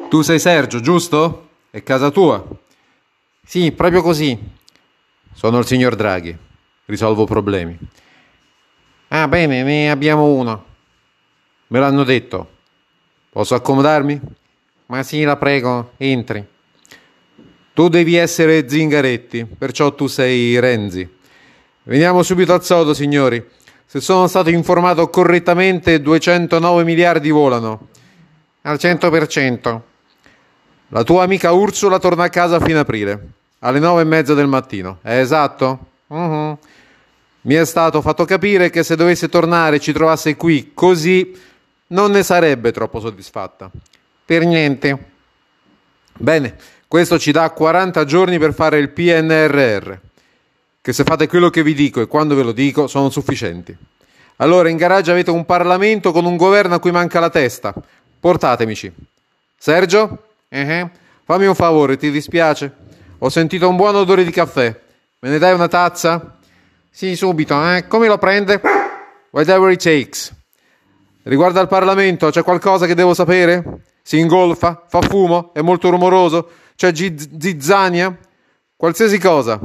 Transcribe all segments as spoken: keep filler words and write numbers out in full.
Tu sei Sergio, giusto? È casa tua? Sì, proprio così. Sono il signor Draghi. Risolvo problemi. Ah, bene, ne abbiamo uno. Me l'hanno detto. Posso accomodarmi? Ma sì, la prego, entri. Tu devi essere Zingaretti, perciò tu sei Renzi. Veniamo subito al sodo, signori. Se sono stato informato correttamente, duecentonove miliardi volano. Al cento per cento. La tua amica Ursula torna a casa a fine aprile, alle nove e mezza del mattino. È esatto? Uh-huh. Mi è stato fatto capire che se dovesse tornare e ci trovasse qui così, non ne sarebbe troppo soddisfatta. Per niente. Bene, questo ci dà quaranta giorni per fare il P N R R, che se fate quello che vi dico e quando ve lo dico sono sufficienti. Allora in garage avete un Parlamento con un governo a cui manca la testa. Portatemici. Sergio? Uh-huh. Fammi un favore, ti dispiace? Ho sentito un buon odore di caffè. Me ne dai una tazza? Sì, subito, eh? Come lo prende? Whatever it takes. Riguardo al Parlamento, c'è qualcosa che devo sapere? Si ingolfa? Fa fumo? È molto rumoroso? C'è giz- zizzania? Qualsiasi cosa.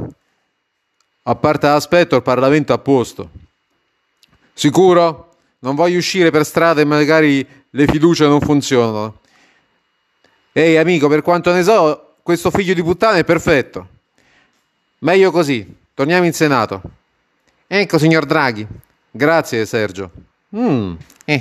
A parte l'aspetto, il Parlamento è a posto. Sicuro? Non voglio uscire per strada e magari le fiducie non funzionano. Ehi amico, per quanto ne so, questo figlio di puttana è perfetto. Meglio così. Torniamo in Senato. Ecco, signor Draghi. Grazie, Sergio. Mm.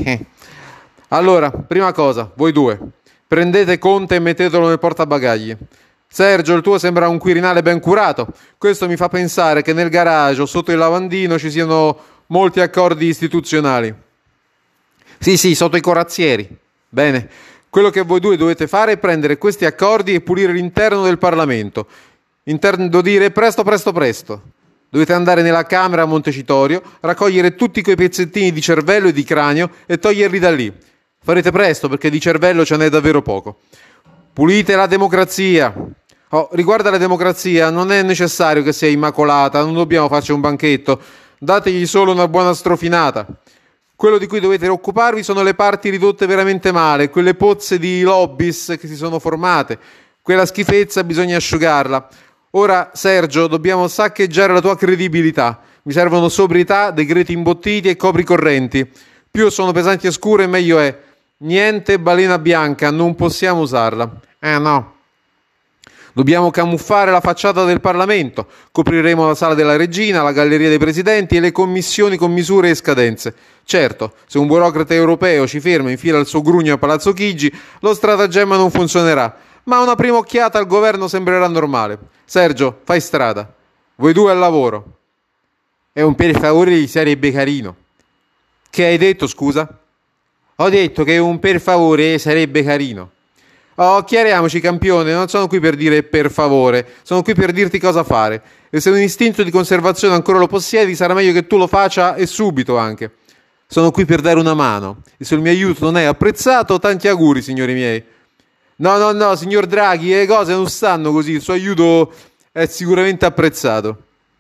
Allora, prima cosa, voi due. Prendete Conte e mettetelo nel portabagagli. Sergio, il tuo sembra un Quirinale ben curato. Questo mi fa pensare che nel garage o sotto il lavandino ci siano molti accordi istituzionali. Sì, sì, sotto i corazzieri. Bene, quello che voi due dovete fare è prendere questi accordi e pulire l'interno del Parlamento. Intendo dire presto, presto, presto. Dovete andare nella Camera a Montecitorio, raccogliere tutti quei pezzettini di cervello e di cranio e toglierli da lì. Farete presto perché di cervello ce n'è davvero poco. Pulite la democrazia. Oh, riguardo alla democrazia, non è necessario che sia immacolata, non dobbiamo farci un banchetto. Dategli solo una buona strofinata. Quello di cui dovete occuparvi sono le parti ridotte veramente male, quelle pozze di lobbies che si sono formate. Quella schifezza bisogna asciugarla. Ora, Sergio, dobbiamo saccheggiare la tua credibilità. Mi servono sobrietà, decreti imbottiti e copri correnti. Più sono pesanti e scure, meglio è. Niente balena bianca, non possiamo usarla. Eh no. Dobbiamo camuffare la facciata del Parlamento. Copriremo la sala della regina, la galleria dei presidenti e le commissioni con misure e scadenze. Certo, se un burocrate europeo ci ferma e infila il suo grugno a Palazzo Chigi, lo stratagemma non funzionerà. Ma una prima occhiata al governo sembrerà normale. Sergio, fai strada. Voi due al lavoro. È un per favore gli sarebbe carino. Che hai detto, scusa? Ho detto che un per favore sarebbe carino. Oh, chiariamoci, campione, non sono qui per dire per favore, sono qui per dirti cosa fare. E se un istinto di conservazione ancora lo possiedi, sarà meglio che tu lo faccia e subito anche. Sono qui per dare una mano. E se il mio aiuto non è apprezzato, tanti auguri, signori miei. No, no, no, signor Draghi, le cose non stanno così, il suo aiuto è sicuramente apprezzato.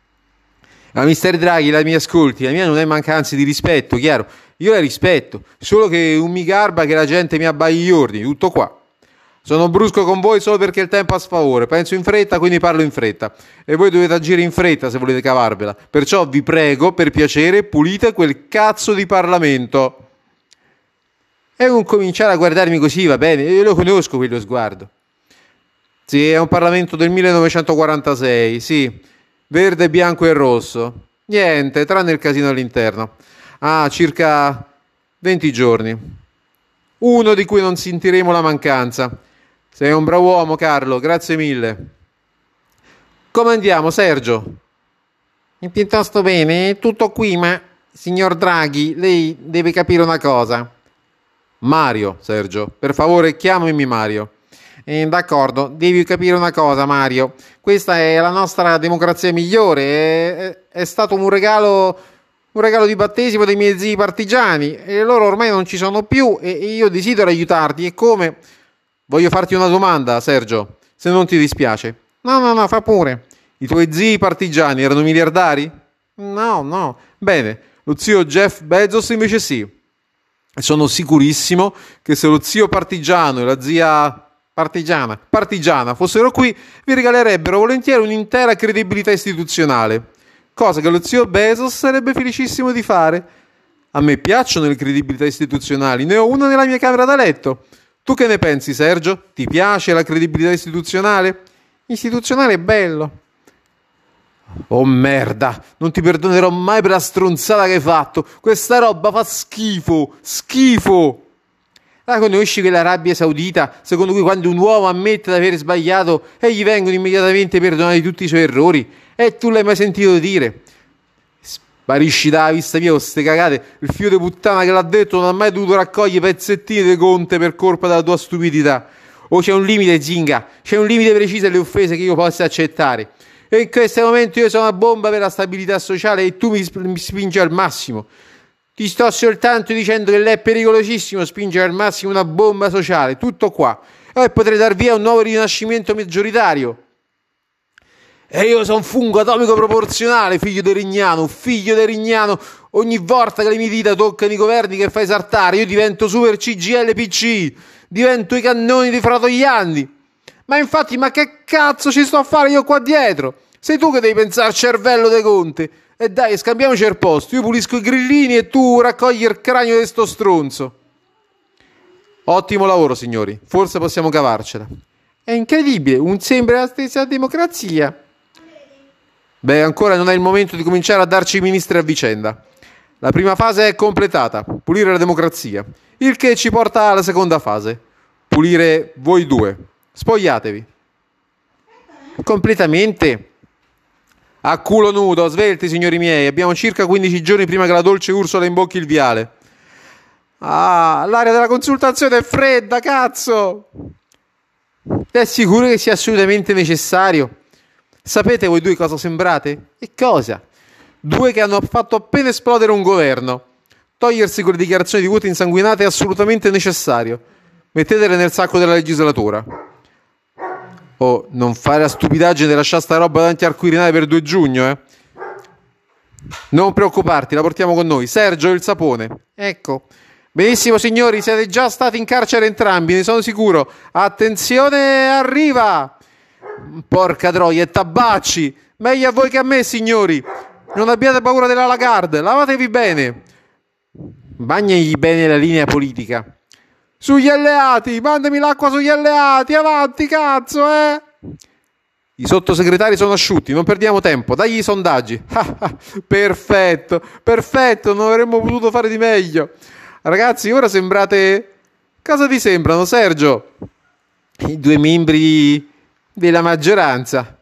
Ma mister Draghi, la mia ascolti, la mia non è mancanza di rispetto, chiaro? Io la rispetto, solo che non mi garba che la gente mi abbagli gli ordini, tutto qua. Sono brusco con voi solo perché il tempo ha sfavore, penso in fretta, quindi parlo in fretta. E voi dovete agire in fretta se volete cavarvela. Perciò vi prego, per piacere, pulite quel cazzo di Parlamento. E non cominciare a guardarmi così, va bene? Io lo conosco quello sguardo. Sì, è un Parlamento del millenovecentoquarantasei, sì. Verde, bianco e rosso. Niente, tranne il casino all'interno. Ah, circa venti giorni. Uno di cui non sentiremo la mancanza. Sei un bravo uomo, Carlo, grazie mille. Come andiamo, Sergio? Piuttosto bene, tutto qui, ma signor Draghi, lei deve capire una cosa. Mario, Sergio, per favore chiamami Mario. Eh, d'accordo, devi capire una cosa, Mario. Questa è la nostra democrazia migliore. È, è, è stato un regalo, un regalo di battesimo dei miei zii partigiani e loro ormai non ci sono più e, e io desidero aiutarti. E come? Voglio farti una domanda, Sergio, se non ti dispiace. No, no, no, fa pure. I tuoi zii partigiani erano miliardari? No, no. Bene, lo zio Jeff Bezos invece sì. E sono sicurissimo che se lo zio partigiano e la zia partigiana, partigiana, fossero qui, vi regalerebbero volentieri un'intera credibilità istituzionale, cosa che lo zio Bezos sarebbe felicissimo di fare. A me piacciono le credibilità istituzionali, ne ho una nella mia camera da letto. Tu che ne pensi, Sergio? Ti piace la credibilità istituzionale? Istituzionale è bello. Oh merda, non ti perdonerò mai per la stronzata che hai fatto. Questa roba fa schifo, schifo. Ah, conosci quell'Arabia Saudita secondo cui quando un uomo ammette di aver sbagliato e gli vengono immediatamente perdonati tutti i suoi errori? E tu l'hai mai sentito dire? Sparisci dalla vista mia con ste cagate. Il figlio di puttana che l'ha detto non ha mai dovuto raccogliere pezzettini di conte per colpa della tua stupidità. O c'è un limite, Zinga, c'è un limite preciso alle offese che io possa accettare. E in questo momento io sono una bomba per la stabilità sociale e tu mi, sp- mi spingi al massimo. Ti sto soltanto dicendo che lei è pericolosissimo spingere al massimo una bomba sociale, tutto qua. E potrei dar via un nuovo rinascimento maggioritario. E io sono un fungo atomico proporzionale, figlio di Rignano, figlio di Rignano. Ogni volta che le mie dita toccano i governi che fai saltare, io divento super C G L P C, divento i cannoni di Fratoianni. Ma infatti, ma che cazzo ci sto a fare io qua dietro? Sei tu che devi pensare al cervello dei Conte. E dai, scambiamoci il posto. Io pulisco i grillini e tu raccogli il cranio di sto stronzo. Ottimo lavoro, signori. Forse possiamo cavarcela. È incredibile, un sembra la stessa democrazia. Beh, ancora non è il momento di cominciare a darci i ministri a vicenda. La prima fase è completata, pulire la democrazia. Il che ci porta alla seconda fase. Pulire voi due. Spogliatevi. Completamente. A culo nudo, svelti, signori miei. Abbiamo circa quindici giorni prima che la dolce Ursula imbocchi il viale. Ah, l'aria della consultazione è fredda, cazzo! È sicuro che sia assolutamente necessario? Sapete voi due cosa sembrate? E cosa? Due che hanno fatto appena esplodere un governo. Togliersi quelle dichiarazioni di voto insanguinate è assolutamente necessario. Mettetele nel sacco della legislatura. Oh, non fare la stupidaggine di lasciare sta roba davanti al Quirinale per due giugno, eh? Non preoccuparti, la portiamo con noi. Sergio, il sapone. Ecco. Benissimo, signori, siete già stati in carcere entrambi, ne sono sicuro. Attenzione, arriva! Porca troia, e tabacci! Meglio a voi che a me, signori. Non abbiate paura della Lagarde, lavatevi bene. Bagnagli bene la linea politica. Sugli alleati, mandami l'acqua sugli alleati, avanti cazzo, eh! I sottosegretari sono asciutti, non perdiamo tempo, dagli i sondaggi. Perfetto, perfetto, non avremmo potuto fare di meglio. Ragazzi, ora sembrate... Cosa vi sembrano, Sergio? I due membri della maggioranza.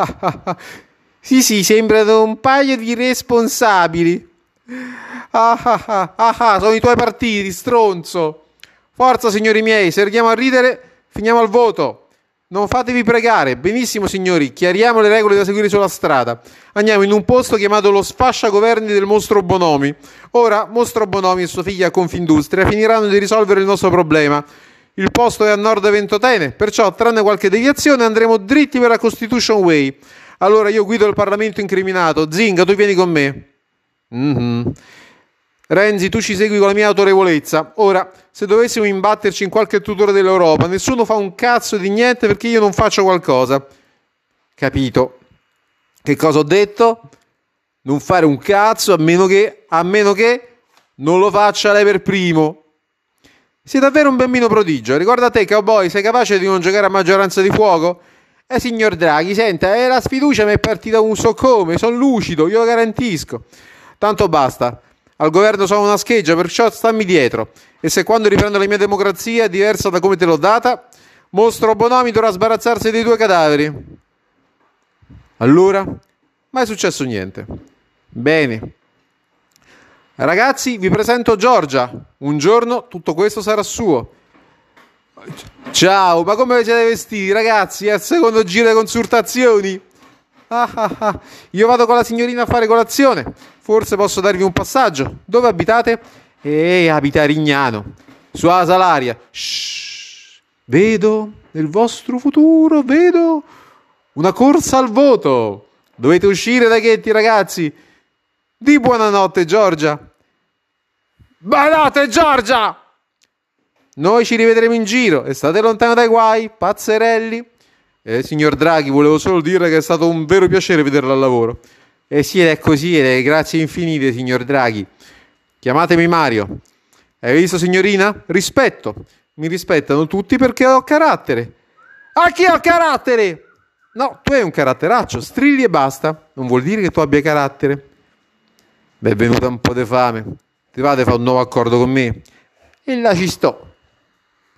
Sì, sì, sembrano un paio di responsabili. Ah, ah, ah, ah, ah, sono i tuoi partiti, stronzo. Forza, signori miei, se arriviamo a ridere, finiamo al voto. Non fatevi pregare. Benissimo, signori, chiariamo le regole da seguire sulla strada. Andiamo in un posto chiamato lo sfasciagoverni del Mostro Bonomi. Ora, Mostro Bonomi e sua figlia Confindustria finiranno di risolvere il nostro problema. Il posto è a nord di Ventotene, perciò, tranne qualche deviazione, andremo dritti per la Constitution Way. Allora io guido il Parlamento incriminato. Zinga, tu vieni con me. Mm-hmm. Renzi, tu ci segui con la mia autorevolezza. Ora, se dovessimo imbatterci in qualche tutore dell'Europa, nessuno fa un cazzo di niente perché io non faccio qualcosa. Capito? Che cosa ho detto? Non fare un cazzo a meno che, a meno che non lo faccia lei per primo. Sei davvero un bambino prodigio. Ricorda te, cowboy, sei capace di non giocare a maggioranza di fuoco? Eh, signor Draghi, senta, eh, la sfiducia mi è partita un so come, sono lucido, io lo garantisco. Tanto basta. Al governo sono una scheggia, perciò stammi dietro. E se quando riprendo la mia democrazia è diversa da come te l'ho data, Mostro Bonomi dovrà sbarazzarsi dei tuoi cadaveri. Allora? Mai successo niente. Bene. Ragazzi, vi presento Giorgia. Un giorno tutto questo sarà suo. Ciao, ma come siete vestiti, ragazzi? È il secondo giro di consultazioni. Ah, ah, ah. Io vado con la signorina a fare colazione. Forse posso darvi un passaggio. Dove abitate? Eh, abita a Rignano. Sua Salaria. Shh. Vedo nel vostro futuro, vedo una corsa al voto. Dovete uscire dai ghetti, ragazzi. Di buonanotte, Giorgia. Buonanotte, Giorgia. Noi ci rivedremo in giro e state lontano dai guai, pazzerelli. Eh, signor Draghi, volevo solo dire che è stato un vero piacere vederla al lavoro. Eh sì, ed è così, ed è grazie infinite, signor Draghi. Chiamatemi Mario. Hai visto, signorina? Rispetto. Mi rispettano tutti perché ho carattere. Ah, chi ha carattere? No, tu hai un caratteraccio, strilli e basta. Non vuol dire che tu abbia carattere. Beh, è venuta un po' di fame. Ti va di fare un nuovo accordo con me? E là ci sto.